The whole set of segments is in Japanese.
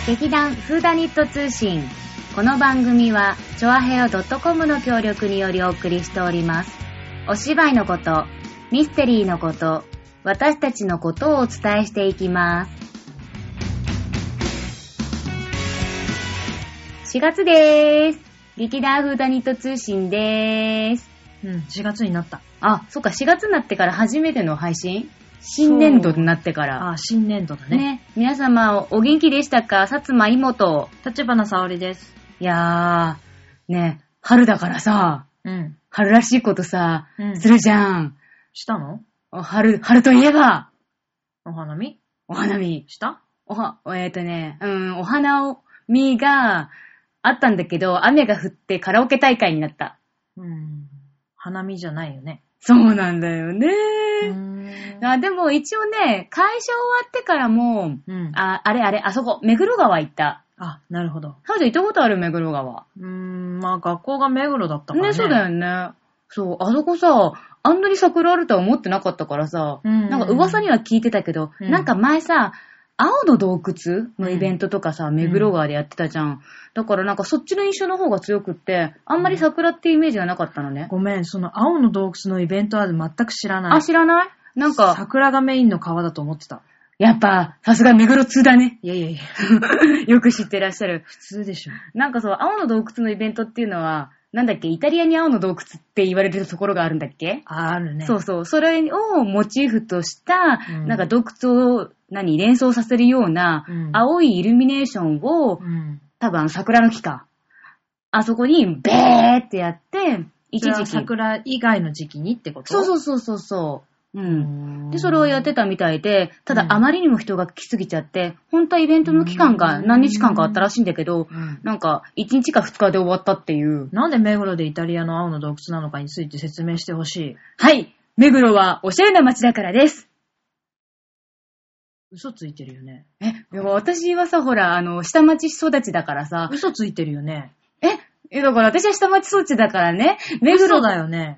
劇団フーダニット通信。この番組はチョアヘオ .com の協力によりお送りしております。お芝居のこと、ミステリーのこと、私たちのことをお伝えしていきます。4月でーす。劇団フーダニット通信でーす。 4月になった。 あ、そっか、4月になってから初めての配信？新年度になってから。 あ、新年度だね。 皆様お元気でしたか？薩摩妹。 立花沙織です。 いやー、ね、春だからさ、春らしいことさ、するじゃん。 したの？ 春といえば、 お花見した？ お花見があったんだけど、雨が降ってカラオケ大会になった。 花見じゃないよね。 そうなんだよね。でも一応ね、会社終わってからも、あそこ、目黒川行った。 あ、なるほど。 ハウジ行ったことある？目黒川。 まあ学校が目黒だったからね。 ね、そうだよね。そう、あそこさ、あんなに桜あるとは思ってなかったからさ、なんか噂には聞いてたけど、なんか前さ、青の洞窟のイベントとかさ、目黒川でやってたじゃん。だからなんかそっちの印象の方が強くって、あんまり桜ってイメージがなかったのね。 ごめん、その青の洞窟のイベントは全く知らない。 あ、知らない？なんか。 桜がメインの川だと思ってた。 やっぱ、さすが目黒通だね。 いや。 よく知ってらっしゃる。 普通でしょ。 なんかそう、青の洞窟のイベントっていうのは、なんだっけ、イタリアに青の洞窟って言われるところがあるんだっけ？ あるね。 そうそう。それをモチーフとした、なんか洞窟を連想させるような、青いイルミネーションを、多分桜の木か。あそこに、ベーってやって、 一時期。桜以外の時期にってこと？ そう。で、それをやってたみたいで、ただあまりにも人が来すぎちゃって、本当はイベントの期間が何日間かあったらしいんだけど、なんか1日か2日で終わったっていう。 なんで目黒でイタリアの青の洞窟なのかについて説明してほしい。 はい、目黒はおしゃれな街だからです。 嘘ついてるよね。 でも私はさ、ほら、下町育ちだからさ。 嘘ついてるよね。 だから私は下町育ちだからね。目黒嘘だよね。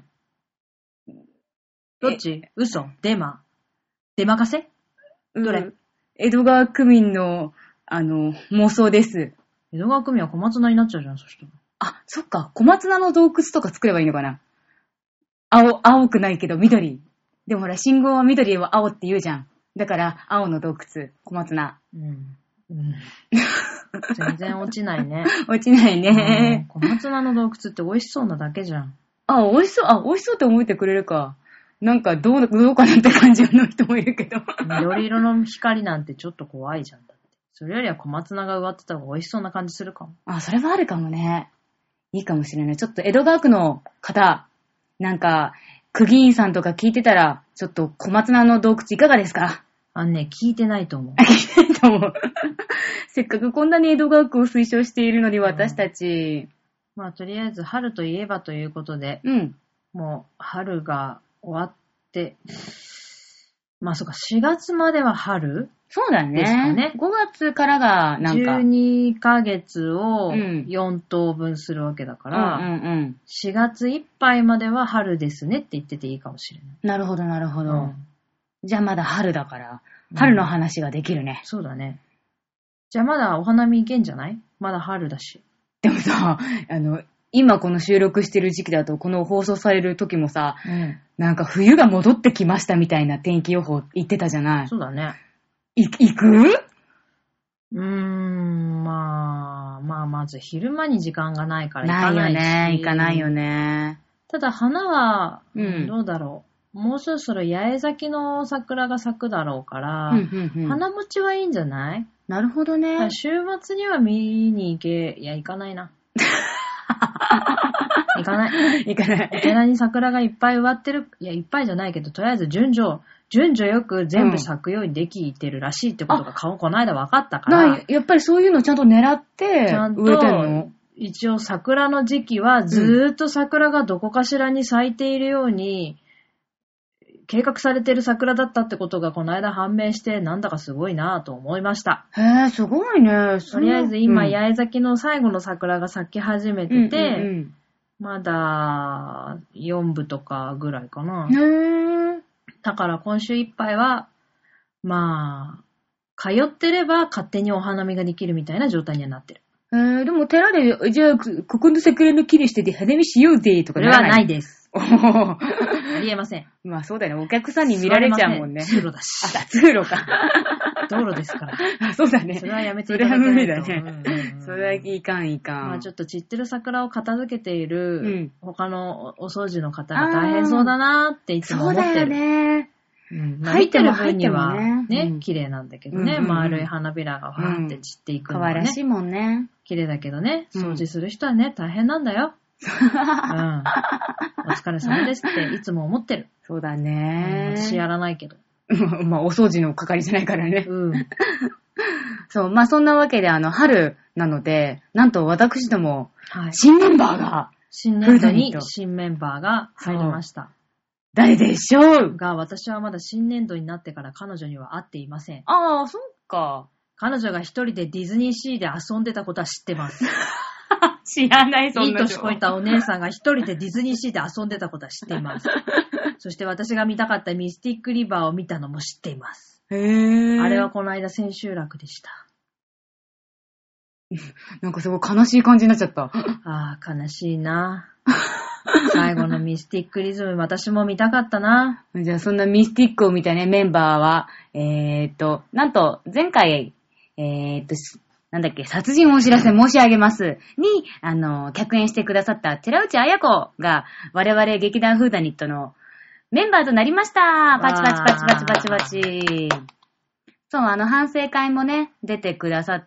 どっち？嘘？デマかせ？どれ？ 江戸川区民の、妄想です。 江戸川区民は小松菜になっちゃうじゃん、そしたら。 あ、そっか。小松菜の洞窟とか作ればいいのかな。青くないけど緑。でもほら、信号は緑は青って言うじゃん。だから、青の洞窟、小松菜。 全然落ちないね。 落ちないね。 小松菜の洞窟って美味しそうなだけじゃん。 美味しそうって思ってくれるか。なんかどうかなって感じの人もいるけど。 緑色の光なんてちょっと怖いじゃんだって。それよりは小松菜が植わってた方が美味しそうな感じするかも。 それはあるかもね。いいかもしれない。ちょっと江戸川区の方、なんか、区議員さんとか聞いてたら、ちょっと小松菜の洞窟いかがですか？ 聞いてないと思う。 聞いてないと思う。せっかくこんなに江戸川区を推奨しているのに私たち。 まあとりあえず春といえばということで、もう春が終わって、まあそうか、4月までは春？ そうだね。 ですかね。 5月からがなんか。 12ヶ月を4等分するわけだから、4月いっぱいまでは春ですねって言ってていいかもしれない。 なるほど。じゃあまだ春だから、春の話ができるね。 そうだね。じゃあまだお花見行けんじゃない？まだ春だし。 でもさ、今この収録してる時期だと、この放送される時もさ、なんか冬が戻ってきましたみたいな天気予報言ってたじゃない？ そうだね。 行く？ まず昼間に時間がないから行かないし。 行かないよね。 ただ花は、どうだろう。もうそろそろ八重咲きの桜が咲くだろうから、花持ちはいいんじゃない？ なるほどね。 週末には見に行かないな。行かない。お寺に桜がいっぱい植わってる。いや、いっぱいじゃないけど、とりあえず順序よく全部咲くようにできてるらしいってことがこの間分かったから。 やっぱりそういうのちゃんと狙って植えてんの？ 一応桜の時期はずーっと桜がどこかしらに咲いているように、計画されてる桜だったってことがこの間判明して、なんだかすごいなぁと思いました。 へぇ、すごいね。 とりあえず今、八重咲きの最後の桜が咲き始めてて、まだ4部とかぐらいかな。だから今週いっぱいは、まあ、 通ってれば勝手にお花見ができるみたいな状態にはなってる。 でも寺で、じゃあ、ここの桜の木にしてて花見しようぜ、とかそれはないです。 ありえません。 まあそうだよね。お客さんに見られちゃうもんね。 通路だし。 あ、通路か。 道路ですから。 あ、そうだね。 それはやめていただきたいと。 それは無理だね。それはいかん。 まあちょっと散ってる桜を片付けている、他のお掃除の方が大変そうだなっていつも思ってる。 そうだよね。 まあ、見てる分にはね、綺麗なんだけどね、丸い花びらがファーって散っていくのがね。 可愛らしいもんね。 綺麗だけどね、掃除する人はね、大変なんだよ。お疲れ様ですっていつも思ってる。 そうだね。 私やらないけど。 まあ、お掃除の係じゃないからね。そう、まあそんなわけで春なので、なんと私ども、新メンバーが、 新年度に新メンバーが入りました。 誰でしょうが、私はまだ新年度になってから彼女には会っていません。 ああ、そっか。 彼女が一人でディズニーシーで遊んでたことは知ってます。 知らない、そんな。 いい年こいたお姉さんが一人でディズニーシーで遊んでたことは知っています。そして私が見たかったミスティックリバーを見たのも知っています。あれはこの間千秋楽でした。 なんかすごい悲しい感じになっちゃった。 ああ、悲しいな。最後のミスティックリズム、私も見たかったな。 じゃあそんなミスティックを見たね、メンバーは、なんと、前回、なんだっけ、殺人をお知らせ申し上げます。に、客演してくださった寺内彩子が、我々劇団フーダニットのメンバーとなりました。パチパチパチパチパチパチ。そう、反省会もね、出てくださって、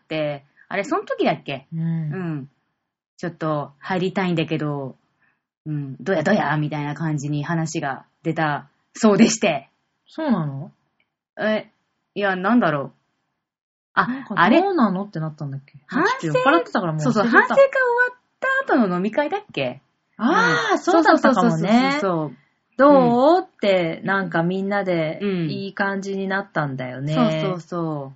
あれ、その時だっけ？ちょっと入りたいんだけど、どやみたいな感じに話が出たそうでして。 そうなの？ いや、なんだろう。 あれどうなのってなったんだっけ？ 反省酔っ払ってたからもう。 そう、反省会終わった後の飲み会だっけ？ そうだったかもね。そう。どうって、なんかみんなでいい感じになったんだよね。 そう。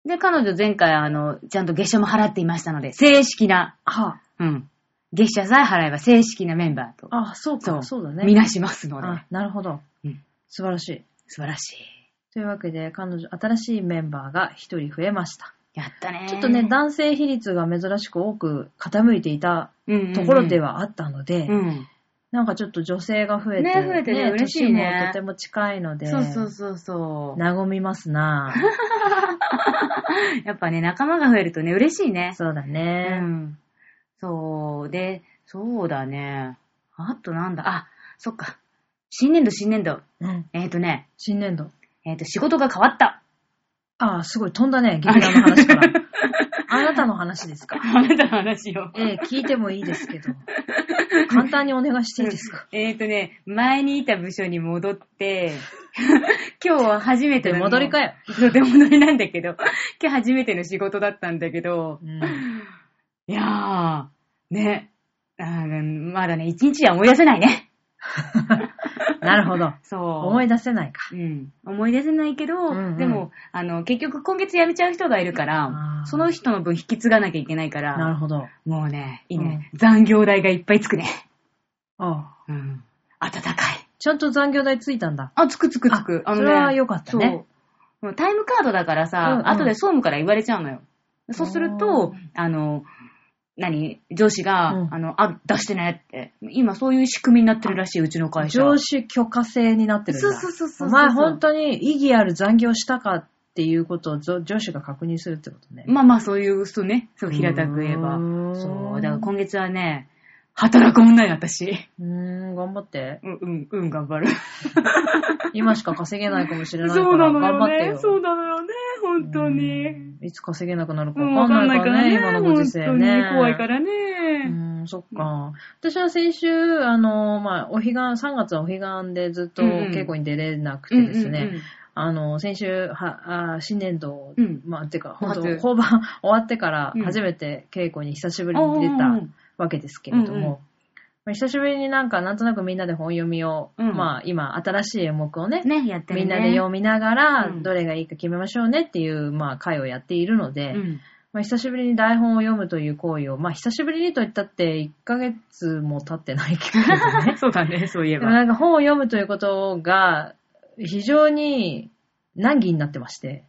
で、彼女前回ちゃんと月謝も払っていましたので、正式な、月謝さえ払えば正式なメンバーと。 そうだね。 みなしますので。 なるほど。素晴らしい。 素晴らしい。 というわけで、彼女、新しいメンバーが一人増えました。 やったね。 ちょっとね、男性比率が珍しく多く傾いていたところではあったので、なんかちょっと女性が増えて、 増えてね、嬉しいね。 年もとても近いので、 そう。 和みますなやっぱね、仲間が増えるとね、嬉しいね。 そうだね。 そうだね。あとなんだ、そっか。新年度。新年度。仕事が変わった。 すごい飛んだね、劇団の話から。あなたの話ですか？ あなたの話を。 聞いてもいいですけど。簡単にお願いしていいですか？ 前にいた部署に戻って、今日は初めての。 戻りかよ。 出戻りなんだけど、今日初めての仕事だったんだけど、いやー、ね、まだね、一日じゃ思い出せないね。 なるほど。 そう。 思い出せないか。 思い出せないけど、でも、結局今月辞めちゃう人がいるから、その人の分引き継がなきゃいけないから、 なるほど。 もうね、いいね。残業代がいっぱいつくね。温かい。 ちゃんと残業代ついたんだ。 つく。それは良かったね。 そう。タイムカードだからさ、後で総務から言われちゃうのよ。そうすると、上司が、出してねって。今そういう仕組みになってるらしい、うちの会社。 上司許可制になってるんだ。そう。お前本当に意義ある残業したかっていうことを上司が確認するってことね。 まあそういう、ね。そう、平たく言えば。そう。だから今月はね、働く女よ、私。 頑張って。 頑張る。 今しか稼げないかもしれないから頑張ってよ。 そうなのよね、本当に。 いつ稼げなくなるかわかんないからね、今のご時世ね。 本当に怖いからね。 そっか。私は先週、3月はお彼岸でずっと稽古に出れなくてですね、先週、新年度、てか、本当交番終わってから初めて稽古に久しぶりに出たわけですけれども、久しぶりになんとなくみんなで本読みを、今、新しい演目をね、 やってるね、 みんなで読みながら、どれがいいか決めましょうねっていう、会をやっているので、久しぶりに台本を読むという行為を、久しぶりにと言ったって1ヶ月も経ってないけどね。 そうだね、そういえば。 でも本を読むということが、非常に難儀になってまして。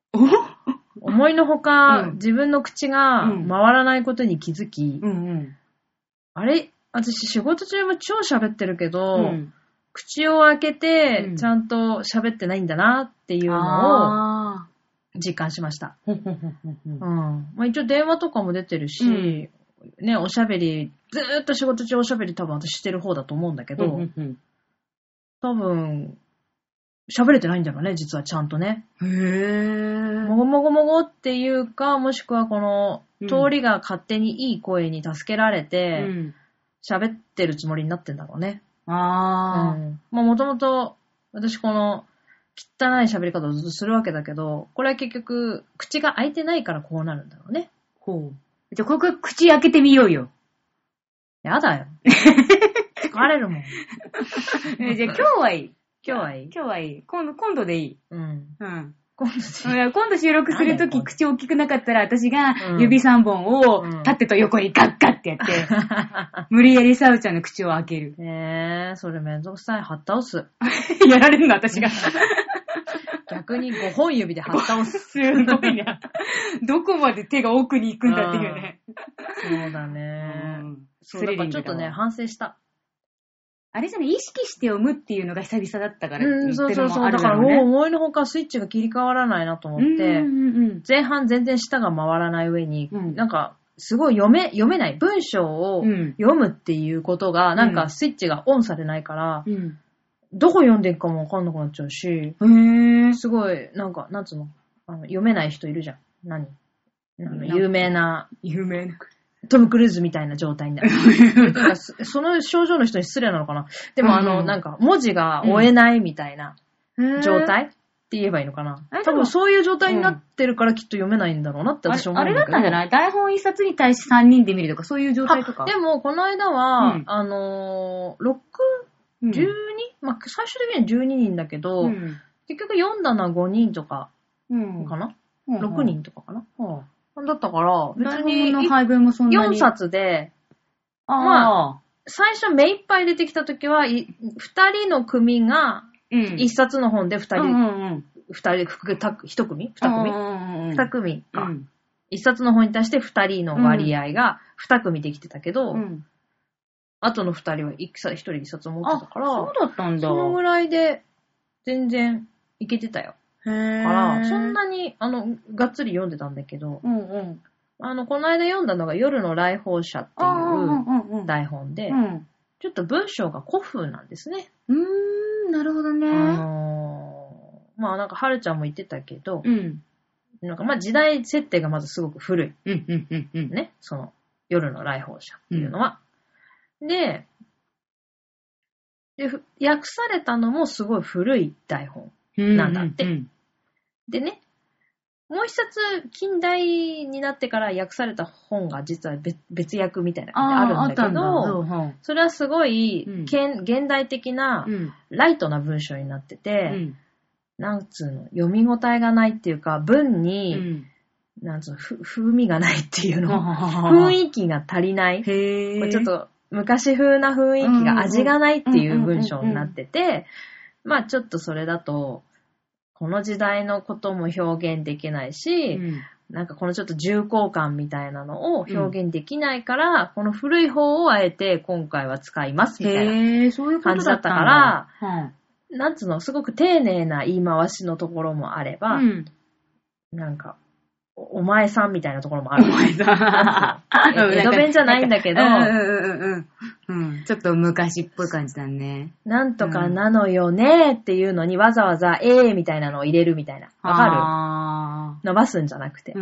思いのほか、 うん自分の口が回らないことに気づき、 うんうん。 あれ私仕事中も超喋ってるけど、 うん。 口を開けてうんちゃんと喋ってないんだなっていうのを実感しました。まあ、一応電話とかも出てるし、ね、おしゃべり、ずーっと仕事中おしゃべり多分私してる方だと思うんだけど、多分、喋れてないんだろうね、実はちゃんとね。 へー。 もごもごもごっていうか、もしくはこの、通りが勝手にいい声に助けられて、喋ってるつもりになってんだろうね。まあもともと、私この、汚い喋り方をずっとするわけだけど、これは結局、口が開いてないからこうなるんだろうね。 ほう。じゃあ、ここ口開けてみようよ。 やだよ。疲れるもん。 じゃあ、今日はいい。 今日はいい。 今日はいい。今度でいい。 うん。 今度今度収録するとき口大きくなかったら、私が指3本を縦と横にガッガッってやって、無理やりサウちゃんの口を開ける。 それめんどくさい。貼っ倒す。 やられるの、私が。 逆に5本指で貼っ倒す。 すごいな。どこまで手が奥に行くんだっていうね。 そうだね。そう、だからちょっとね、反省した。 あれじゃね、意識して読むっていうのが久々だったからっていうのもあるだろうね。 そうそうそう。だからもう思いのほかスイッチが切り替わらないなと思って、前半全然舌が回らない上に、なんか、すごい読めない。文章を読むっていうことが、なんかスイッチがオンされないから、どこ読んでいくかもわかんなくなっちゃうし、すごい、なんか、なんつうの、読めない人いるじゃん。有名な。トム・クルーズみたいな状態になる。なんかその症状の人に失礼なのかな。でもなんか文字が追えないみたいな状態って言えばいいのかな。多分そういう状態になってるからきっと読めないんだろうなって私思うんだけど。 あれだったんじゃない？台本一冊に対して3人で見るとかそういう状態とか。 でもこの間は、12? まあ最終的には12人だけど、結局読んだのは5人とかかな、6人とかかな、だったから、別に4冊で、まあ、最初目いっぱい出てきたときは、2人の組が、1冊の本で2人、1組 ?2 組か。1冊の本に対して2人の割合が2組できてたけど、あとの2人は1人1冊持ってたから、 そうだったんだ。 そのぐらいで全然いけてたよ。から、そんなに、がっつり読んでたんだけど、この間読んだのが夜の来訪者っていう台本で、ちょっと文章が古風なんですね。 なるほどね。 まあなんか、はるちゃんも言ってたけど、なんかまあ時代設定がまずすごく古い。ね、その、夜の来訪者っていうのは。で、訳されたのもすごい古い台本。なんだって。でね、もう一冊近代になってから訳された本が実は別訳みたいな感じであるんだけど、それはすごい、現代的なライトな文章になってて、なんつうの、読み応えがないっていうか、文に、なんつうの、風味がないっていうの、雰囲気が足りない。これちょっと昔風な雰囲気が味がないっていう文章になってて、まあちょっとそれだと、この時代のことも表現できないし、なんかこのちょっと重厚感みたいなのを表現できないから、この古い方をあえて今回は使いますみたいな感じだったから、なんつうの、すごく丁寧な言い回しのところもあれば、なんか、お前さんみたいなところもある。お前さん。江戸弁じゃないんだけど、 ちょっと昔っぽい感じだね。 なんとかなのよねっていうのにわざわざみたいなのを入れるみたいな。わかる？伸ばすんじゃなくて。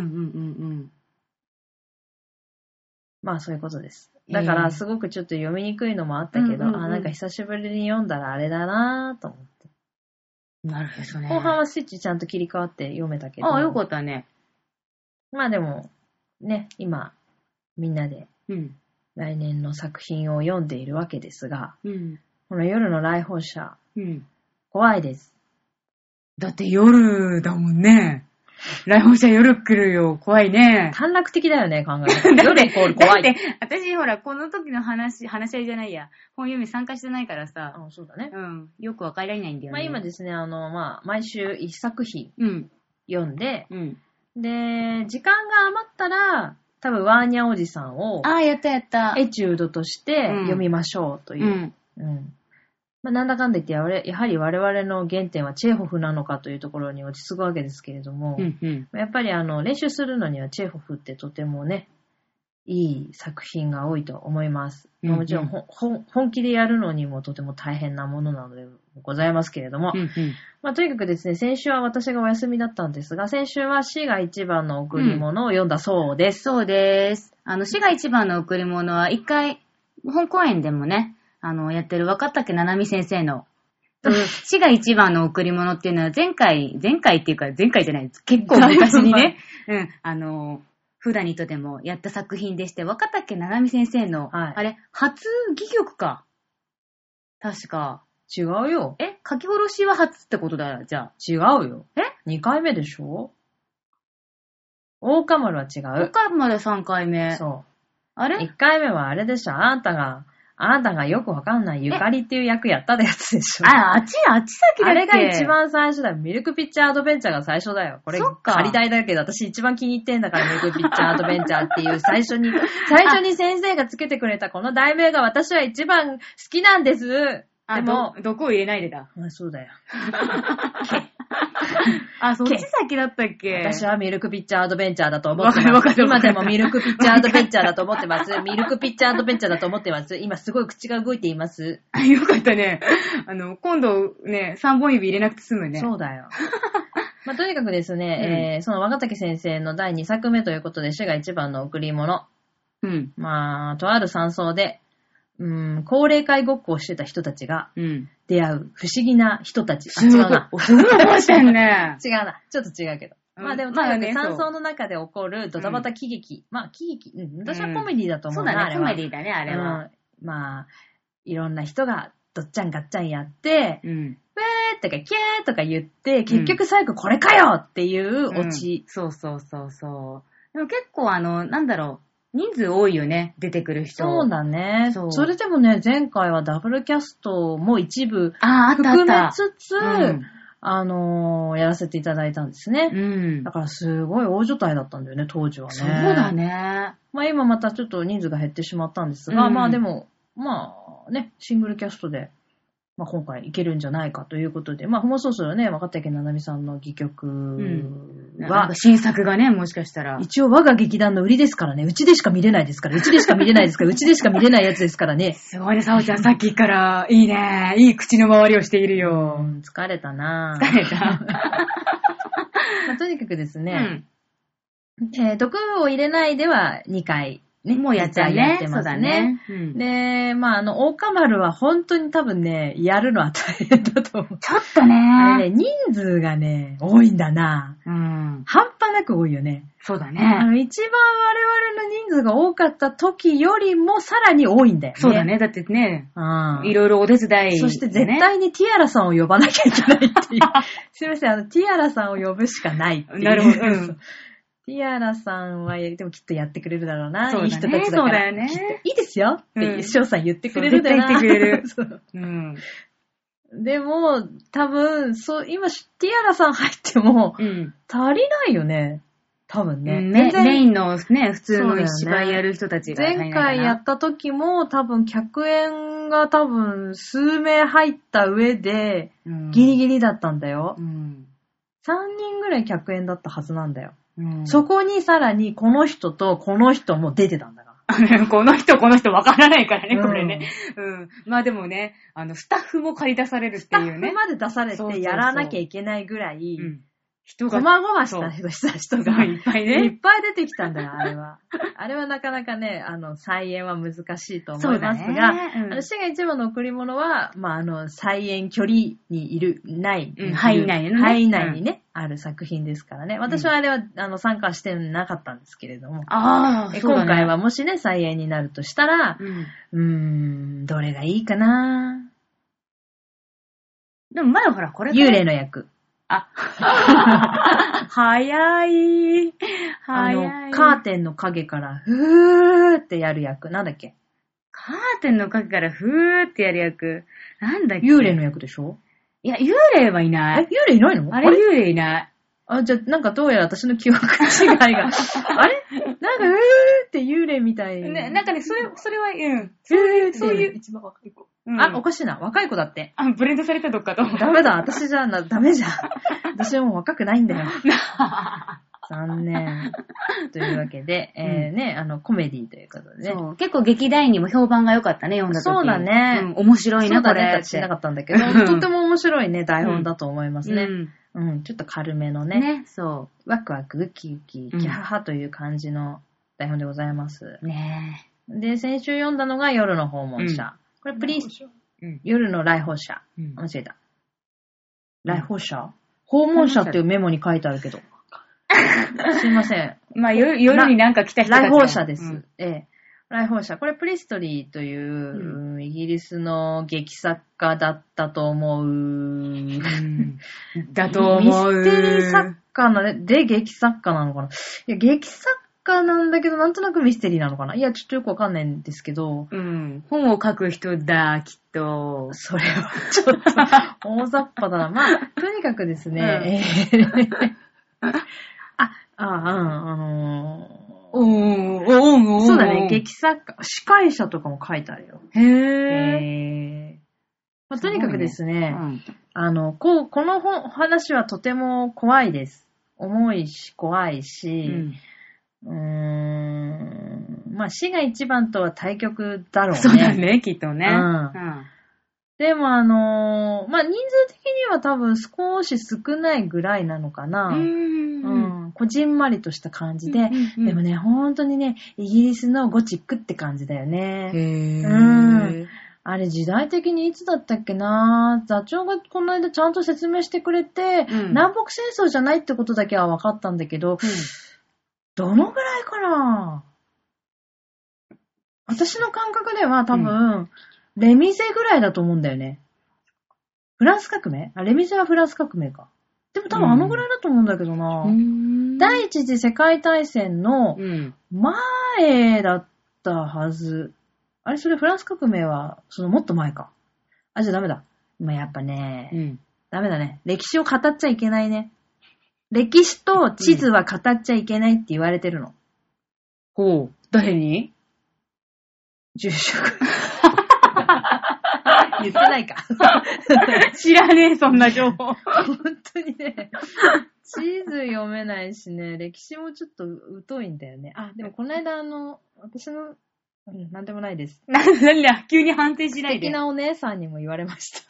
まあそういうことです。だからすごくちょっと読みにくいのもあったけど、なんか久しぶりに読んだらあれだなぁと思って。 なるほどね。 後半はスイッチちゃんと切り替わって読めたけど。 よかったね。 まあでも、ね、今、みんなで、来年の作品を読んでいるわけですが、この夜の来訪者、怖いです。 だって夜だもんね。来訪者夜来るよ。怖いね。 短絡的だよね、考えると。夜イコール怖い。 だって、私ほら、この時の話し合いじゃないや。本読み参加してないからさ。 そうだね。 よくわからないんだよね。 まあ今ですね、まあ、毎週一作品。 読んで、 うん。 で、時間が余ったら、多分ワーニャおじさんを、 やったやった。 エチュードとして読みましょうという。まあ、なんだかんだ言ってやはり我々の原点はチェーホフなのかというところに落ち着くわけですけれども、やっぱり練習するのにはチェーホフってとてもね、いい作品が多いと思います。もちろん本気でやるのにもとても大変なものなのでございますけれども、まあ、とにかくですね、先週は私がお休みだったんですが、先週は死が一番の贈り物を読んだそうです。 そうです。死が一番の贈り物は一回、本公演でもね、やってる若竹七海先生の、死が一番の贈り物っていうのは前回っていうか前回じゃないです。結構昔にね、フダニとでもやった作品でして、若竹七海先生の、はい、あれ、初戯曲か。確か。 違うよ。 書き下ろしは初ってことだよ、じゃあ。 違うよ。2回目でしょ？大岡丸は違う。 大岡丸は3回目。 そう。 あれ？ 1 回目はあれでしょ、あなたがよくわかんないゆかりっていう役やったやつでしょ。 あっち先だっけ？ あれが一番最初だよ。ミルクピッチャーアドベンチャーが最初だよ。これ、仮題だけど、私一番気に入ってんだから、ミルクピッチャーアドベンチャーっていう最初に先生がつけてくれたこの題名が私は一番好きなんです。でも、 どこを入れないでだ。 そうだよ。 そっち先だったっけ？ 私はミルクピッチャーアドベンチャーだと思ってます。今でもミルクピッチャーアドベンチャーだと思ってます。ミルクピッチャーアドベンチャーだと思ってます。今すごい口が動いています。 よかったね。今度ね、3本指入れなくて済むね。 そうだよ。まあ、とにかくですね、その若竹先生の第2作目ということで、死が一番の贈り物。まあ、とある山荘で、高齢会ごっこをしてた人たちが、出会う不思議な人たち。 違うな。すごい話してんね。 違うな。ちょっと違うけど。まあでも、とにかく山荘の中で起こるドタバタ喜劇。まあ、喜劇。私はコメディだと思うな、 そうだね、コメディだね、あれは。 まあ、いろんな人がどっちゃんがっちゃんやって、ウェーとかキャーとか言って、結局最後これかよっていうオチ。 そう。でも結構なんだろう。人数多いよね、出てくる人。 そうだね。それでもね、前回はダブルキャストも一部含めつつ、やらせていただいたんですね。だからすごい大所帯だったんだよね、当時はね。 そうだね。 まあ今またちょっと人数が減ってしまったんですが、まあでも、まあね、シングルキャストで、まあ今回いけるんじゃないかということで、まあもうそろそろね、若竹七海さんの戯曲は、 新作がね、もしかしたら。 一応我が劇団の売りですからね、うちでしか見れないですから、うちでしか見れないやつですからね。 すごいね、さおちゃんさっきから、いいね、いい口の周りをしているよ。 疲れたな疲れた。 まあ、とにかくですね、毒を入れないでは2回、ね、 もうやっちゃうね。 ってますね。で、まあ、大岡丸は本当に多分ね、やるのは大変だと思う。 ちょっとね。 あれね、人数がね、多いんだな。半端なく多いよね。 そうだね。 一番我々の人数が多かった時よりもさらに多いんだよね。 そうだね。だってね、いろいろお手伝い、 そして絶対にティアラさんを呼ばなきゃいけないっていう。すいません、ティアラさんを呼ぶしかないっていう。 なるほど。 ティアラさんは、でもきっとやってくれるだろうな。 そうだね、 いい人たちだから。 そうだよね。 きっといいですよって、翔さん言ってくれるだろうな。 絶対言ってくれる。 でも、多分、今、ティアラさん入っても、足りないよね。多分ね。 メインのね、普通の芝居やる人たちが足りないかな。 前回やった時も、多分、客演が数名入った上で、ギリギリだったんだよ。3人ぐらい客演だったはずなんだよ。そこにさらにこの人とこの人も出てたんだから。 この人わからないからね、これね。まあでもね、スタッフも借り出されるっていうね。 スタッフまで出されてやらなきゃいけないぐらい、こまごました人がいっぱいね。 いっぱい出てきたんだよ、あれは。あれはなかなかね、再演は難しいと思いますが、死が一番の贈り物は、まあ、再演距離にない、 範囲内にね、ある作品ですからね。私はあれは、参加してなかったんですけれども。 今回はもしね、再演になるとしたら、どれがいいかな。 でも前はほら、これ幽霊の役。 早い。 カーテンの影からふーってやる役。なんだっけ？ カーテンの影からふーってやる役。なんだっけ？ 幽霊の役でしょ？ いや、幽霊はいない。 幽霊いないの？ あれ幽霊いない。 じゃあ、なんかどうやら私の記憶違いが。あれなんか、って幽霊みたい。 ね、なんかね、それは、 そういう。一番若い子。おかしいな。若い子だって。 ブレンドされたどっかと。 ダメだ。私じゃダメじゃん。私はもう若くないんだよ。残念。というわけで、コメディということでね。そう。 結構劇団員にも評判が良かったね、読んだ時。 そうだね。 面白いな、これ。 しなかったんだけど、とても面白いね、台本だと思いますね。ちょっと軽めのね。 ね、そう。 ワクワク、ウキウキ、キャハハという感じの台本でございます。 ねで、先週読んだのが夜の訪問者。これ夜の来訪者。間違えた。来訪者訪問者っていうメモに書いてあるけど。すいません。 まあ、夜になんか来た人たち。 来訪者です。来訪者。これプリストリーという、イギリスの劇作家だったと思う。 だと思う。 ミステリー作家で劇作家なのかな。いや、劇作家なんだけど、なんとなくミステリーなのかな。いや、ちょっとよくわかんないんですけど。 本を書く人だ、きっと。 それはちょっと、大雑把だな。まあ、とにかくですね、そうだね、劇作家、司会者とかも書いてあるよ。まあ、とにかくですね、この話はとても怖いです。重いし、怖いし、まあ死が一番とは対極だろうね。 そうだね、きっとね。 でもまあ人数的には多分少し少ないぐらいなのかな。こじんまりとした感じで、でもね、本当にね、イギリスのゴチックって感じだよね。あれ時代的にいつだったっけな。座長がこの間ちゃんと説明してくれて、南北戦争じゃないってことだけは分かったんだけど、どのぐらいかな。私の感覚では多分、レミゼぐらいだと思うんだよね。フランス革命？レミゼはフランス革命か。でも多分あのぐらいだと思うんだけどな。第一次世界大戦の前だったはず。あれそれフランス革命はそのもっと前か。じゃあダメだ。まあ、やっぱね、ダメだね。歴史を語っちゃいけないね。歴史と地図は語っちゃいけないって言われてるの。 ほう。誰に？ 住職。言ってないか。 知らねえ、そんな情報。 本当にね、地図読めないしね、歴史もちょっと疎いんだよね。でもこの間私の、なんでもないです。 何だ、急に判定しないで。 素敵なお姉さんにも言われました。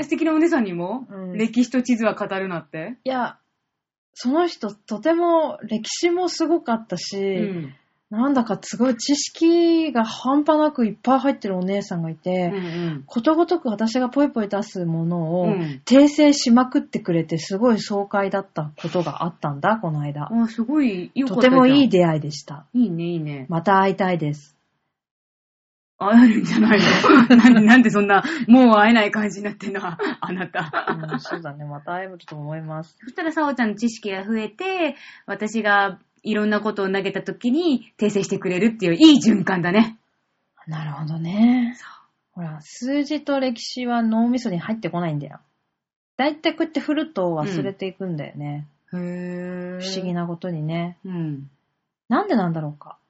素敵なお姉さんにも、歴史と地図は語るなって？ いや、その人とても歴史もすごかったし、なんだかすごい知識が半端なくいっぱい入ってるお姉さんがいて、ことごとく私がポイポイ出すものを訂正しまくってくれて、すごい爽快だったことがあったんだ、この間。 すごい良かった。 とてもいい出会いでした。 いいね、いいね。 また会いたいです。 会えるんじゃないのなんでそんな、もう会えない感じになってんのあなた。 そうだね、また会えると思います。 そしたら、さおちゃんの知識が増えて、私がいろんなことを投げたときに訂正してくれるっていういい循環だね。 なるほどね。ほら、数字と歴史は脳みそに入ってこないんだよ。だいたいこうやって振ると忘れていくんだよね。不思議なことにね。なんでなんだろうか。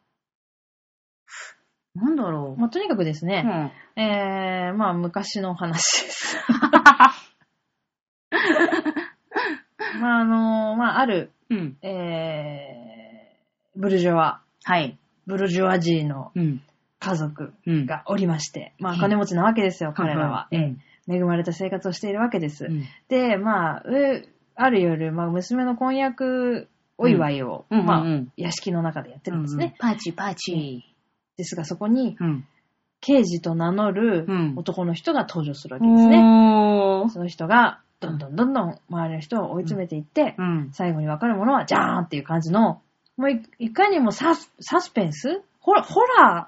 なんだろう。 とにかくですね、昔の話です。ある、ブルジョワ。ブルジョワジーの家族がおりまして、金持ちなわけですよ、彼らは。恵まれた生活をしているわけです。で、ある夜、娘の婚約お祝いを、屋敷の中でやってるんですね。 パーチー。 ですが、そこに、刑事と名乗る男の人が登場するわけですね。その人が、どんどん周りの人を追い詰めていって、最後に分かるものは、ジャーンっていう感じの、もういかにもサスペンスホラ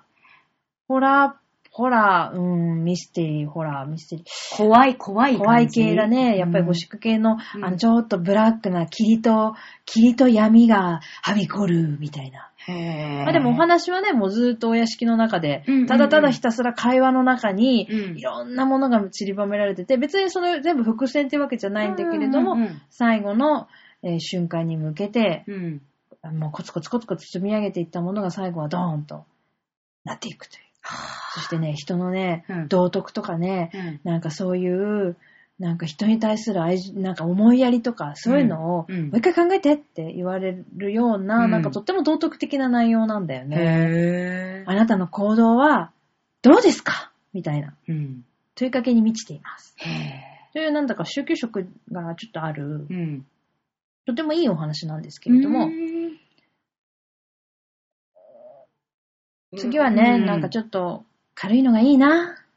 ー、ミステリー。 怖い系だね。やっぱりゴシック系の、ちょっとブラックな霧と闇がはびこる、みたいな。でもお話はね、もうずっとお屋敷の中で、ただただひたすら会話の中に、いろんなものが散りばめられてて、別にそれ全部伏線ってわけじゃないんだけれども、最後の、 瞬間に向けて、 うん。 もうコツコツコツコツ積み上げていったものが最後はドーンとなっていくという。そしてね、人のね、道徳とかね、なんかそういう、なんか人に対するなんか思いやりとか、そういうのを、もう一回考えてって言われるような、なんかとっても道徳的な内容なんだよね。あなたの行動は、どうですかみたいな。問いかけに満ちています。という、なんだか宗教色がちょっとある、とてもいいお話なんですけれども、次はね、なんかちょっと軽いのがいいなって。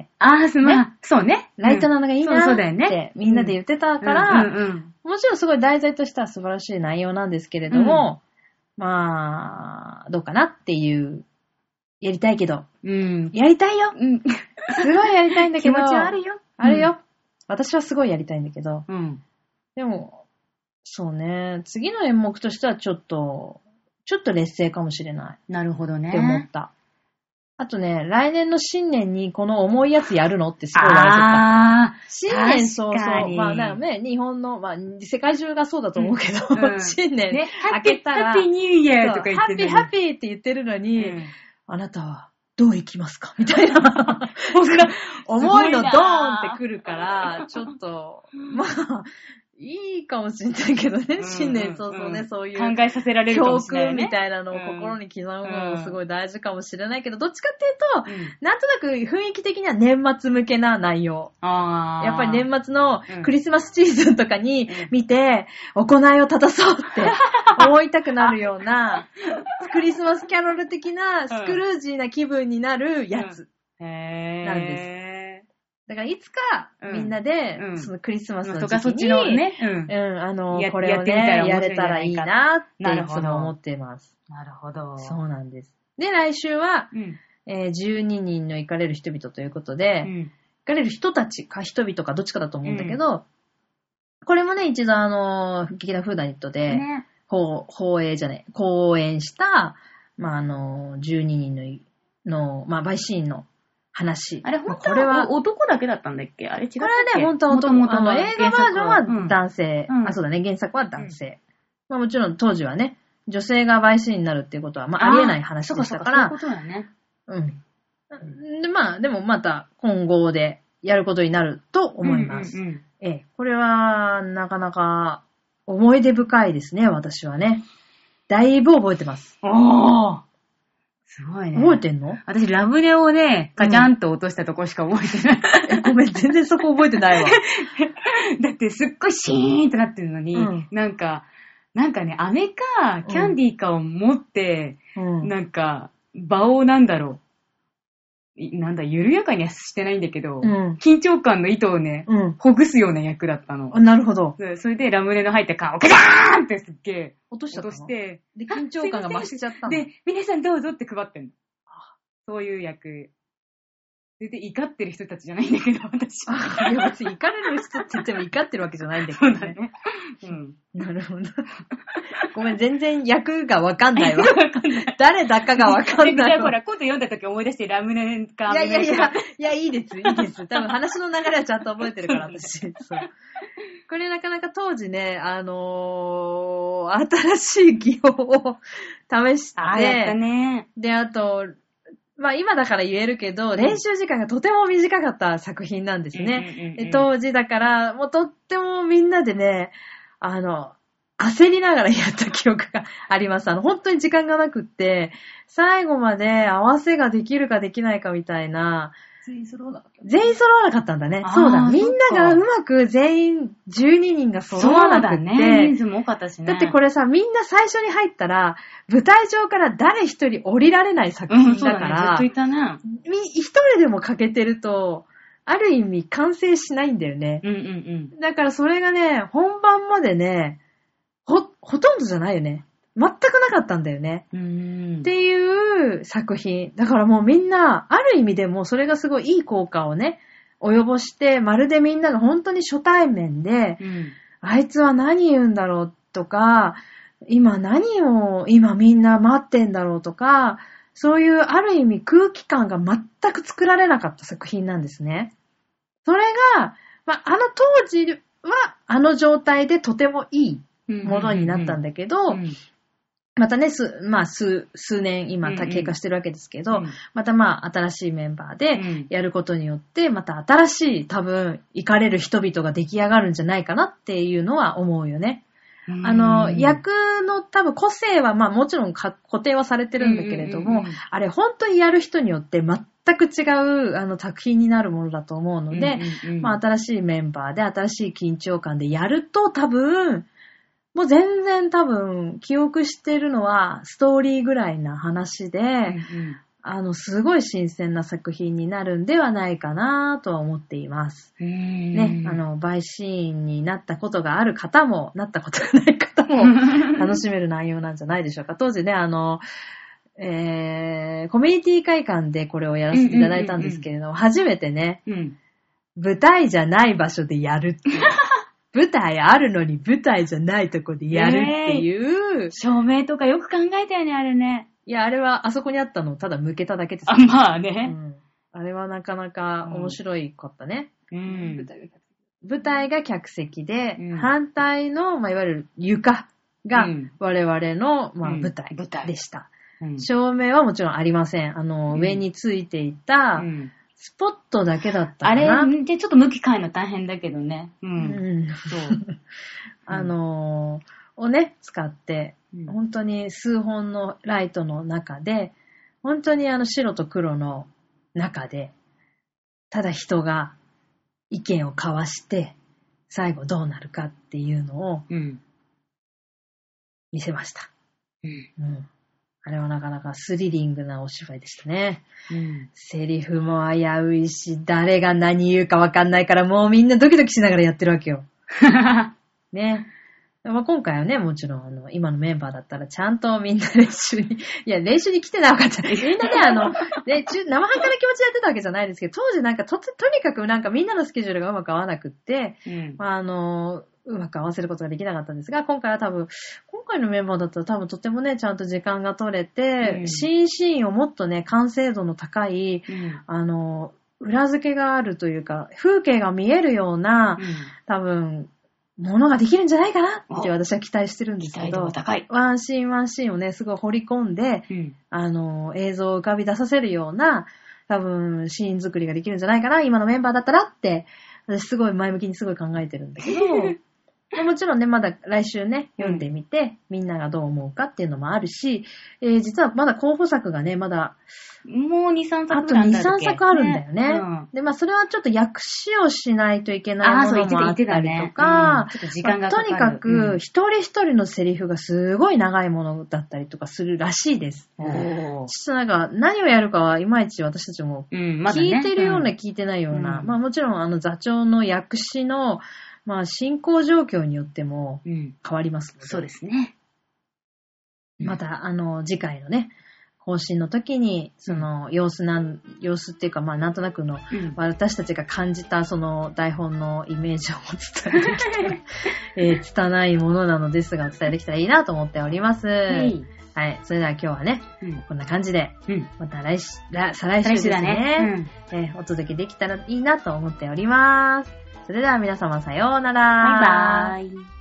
そうね。 ライトなのがいいなってみんなで言ってたから、もちろんすごい題材としては素晴らしい内容なんですけれども、まあ、どうかなっていう、やりたいけど。やりたいよ。すごいやりたいんだけど。 気持ちはあるよ。 あるよ。私はすごいやりたいんだけど。でも、そうね、次の演目としてはちょっと劣勢かもしれない。 なるほどね。 って思った。あとね、来年の新年にこの重いやつやるのってすごい言われてた。新年早々、まあだからね、日本の、まあ世界中がそうだと思うけど、新年、ね、開けたら、 ハッピーニューイヤーとか言ってるのに。 ハッピーって言ってるのに、あなたはどう生きますかみたいな。重いのドーンってくるから、ちょっと、まあ、いいかもしれないけどね、新年早々ね、そういう考えさせられるかもしれない、ね、 教訓みたいなのを心に刻むのもすごい大事かもしれないけど、どっちかっていうと、なんとなく雰囲気的には年末向けな内容。やっぱり年末のクリスマスシーズンとかに見て、行いを正そうって思いたくなるような、クリスマスキャロル的なスクルージーな気分になるやつなんです。だからいつかみんなで、そのクリスマスの時期に、 そっちのね、 これをね、やれたらいいなっていつも思っています。 なるほど。 そうなんです。で、来週は、12人の行かれる人々ということで、行かれる人たちか人々かどっちかだと思うんだけど、これもね、一度劇団フーダニットで、講演した、まあ、12人の、まあ、陪審員の話。 あれ、本当は男だけだったんだっけ？あれ違ったっけ？ これはね、本当は男。映画バージョンは男性。そうだね、原作は男性。まあもちろん当時はね、女性が陪審員になるっていうことは、まあありえない話でしたから。 そういうことだね。 で、まあ、でもまた今後でやることになると思います。これは、なかなか思い出深いですね、私はね。だいぶ覚えてます。 すごいね。 覚えてんの？ 私、ラムネをね、ガチャンと落としたとこしか覚えてない。 ごめん、全然そこ覚えてないわ。 だって、すっごいシーンとなってるのに、なんかね、飴か、キャンディーかを持って、なんか、場を緩やかにはしてないんだけど、緊張感の糸をね、ほぐすような役だったの。 なるほど。 それでラムネの入った缶をガチャーンってすっげえ落として、 で、 緊張感が増しちゃったの。 で、皆さんどうぞって配ってんの。そういう役。全然怒ってる人たちじゃないんだけど、私は。 いや、別に怒れる人って言っても怒ってるわけじゃないんだけどね。 そうだね。 なるほど。ごめん、全然役がわかんないわ。誰だかがわかんないわ。 じゃあほら、今度読んだ時思い出してラムネか。 いや、いいです。多分話の流れはちゃんと覚えてるから、私。そう。これなかなか当時ね、新しい技法を試して。 やったね。 で、あと、まあ今だから言えるけど、練習時間がとても短かった作品なんですね。当時だから、もうとってもみんなでね、焦りながらやった記憶があります。本当に時間がなくって、最後まで合わせができるかできないかみたいな。 全員揃わなかった。 全員揃わなかったんだね。そうだ。みんながうまく全員12人が揃わなくって。そうだね。人数も多かったしね。 だってこれさ、みんな最初に入ったら、舞台上から誰一人降りられない作品だから、 ずっといたね。 一人でも欠けてると、ある意味完成しないんだよね。だからそれがね、本番までね、ほとんどじゃないよね。全くなかったんだよね。っていう作品。だからもうみんな、ある意味でもそれがすごいいい効果をね、及ぼして、まるでみんなが本当に初対面で、あいつは何言うんだろうとか、今何を今みんな待ってんだろうとか、そういうある意味空気感が全く作られなかった作品なんですね。それが、まあ、当時はあの状態でとてもいい。 ものになったんだけど、またね、数年今経過してるわけですけど、また新しいメンバーでやることによって、また新しい多分、行かれる人々が出来上がるんじゃないかなっていうのは思うよね。役の多分個性はもちろん固定はされてるんだけれども、あれ本当にやる人によって全く違う作品になるものだと思うので、新しいメンバーで新しい緊張感でやると多分、もう全然多分記憶してるのはストーリーぐらいな話で、すごい新鮮な作品になるんではないかなとは思っています。ね、陪審員になったことがある方も、なったことがない方も楽しめる内容なんじゃないでしょうか。当時ね、コミュニティ会館でこれをやらせていただいたんですけれども、初めてね、舞台じゃない場所でやるっていう。舞台あるのに舞台じゃないとこでやるっていう。 照明とかよく考えたよね、あれね。 いや、あれはあそこにあったのをただ向けただけです。 まあね。 あれはなかなか面白いかったね。舞台が客席で、反対の、いわゆる床が我々の、舞台でした。照明はもちろんありません。上についていた、スポットだけだったかな。 あれでちょっと向き変えるの大変だけどね。 をね、使って、本当に数本のライトの中で、本当に白と黒の中で、ただ人が意見を交わして、最後どうなるかっていうのを見せました。あれはなかなかスリリングなお芝居でしたね。セリフも危ういし、誰が何言うかわかんないから、もうみんなドキドキしながらやってるわけよ。ね。今回はね、もちろん今のメンバーだったらちゃんとみんな練習に、練習に来てなかった。みんなね、生半可な気持ちでやってたわけじゃないですけど、当時とにかくみんなのスケジュールがうまく合わなくって、うまく合わせることができなかったんですが、今回のメンバーだったら多分とてもね、ちゃんと時間が取れて、シーンをもっとね、完成度の高い、裏付けがあるというか、風景が見えるような、多分、ものができるんじゃないかなって私は期待してるんですけど、ワンシーンをね、すごい掘り込んで、映像を浮かび出させるような、多分、シーン作りができるんじゃないかな、今のメンバーだったらって、私すごい前向きにすごい考えてるんだけど、もちろんね、まだ来週ね、読んでみて、みんながどう思うかっていうのもあるし、実はまだ候補作がね、まだ、 もう2、3作あと2、3作あるんだよね。で、それはちょっと訳詞をしないといけないものもあったりとか、 ちょっと時間がかかる。 とにかく、一人一人のセリフがすごい長いものだったりとかするらしいです。ちょっと何をやるかはいまいち私たちも、聞いてるような聞いてないような、もちろん座長の訳詞の、進行状況によっても変わりますので。 そうですね。 また、次回のね、更新の時に、その様子っていうか、なんとなくの、私たちが感じたその台本のイメージをお伝えできたら、拙いものなのですが、お伝えできたらいいなと思っております。はい。それでは今日はね、こんな感じで、また再来週ですね、お届けできたらいいなと思っております。それでは皆様さようなら。 バイバイ。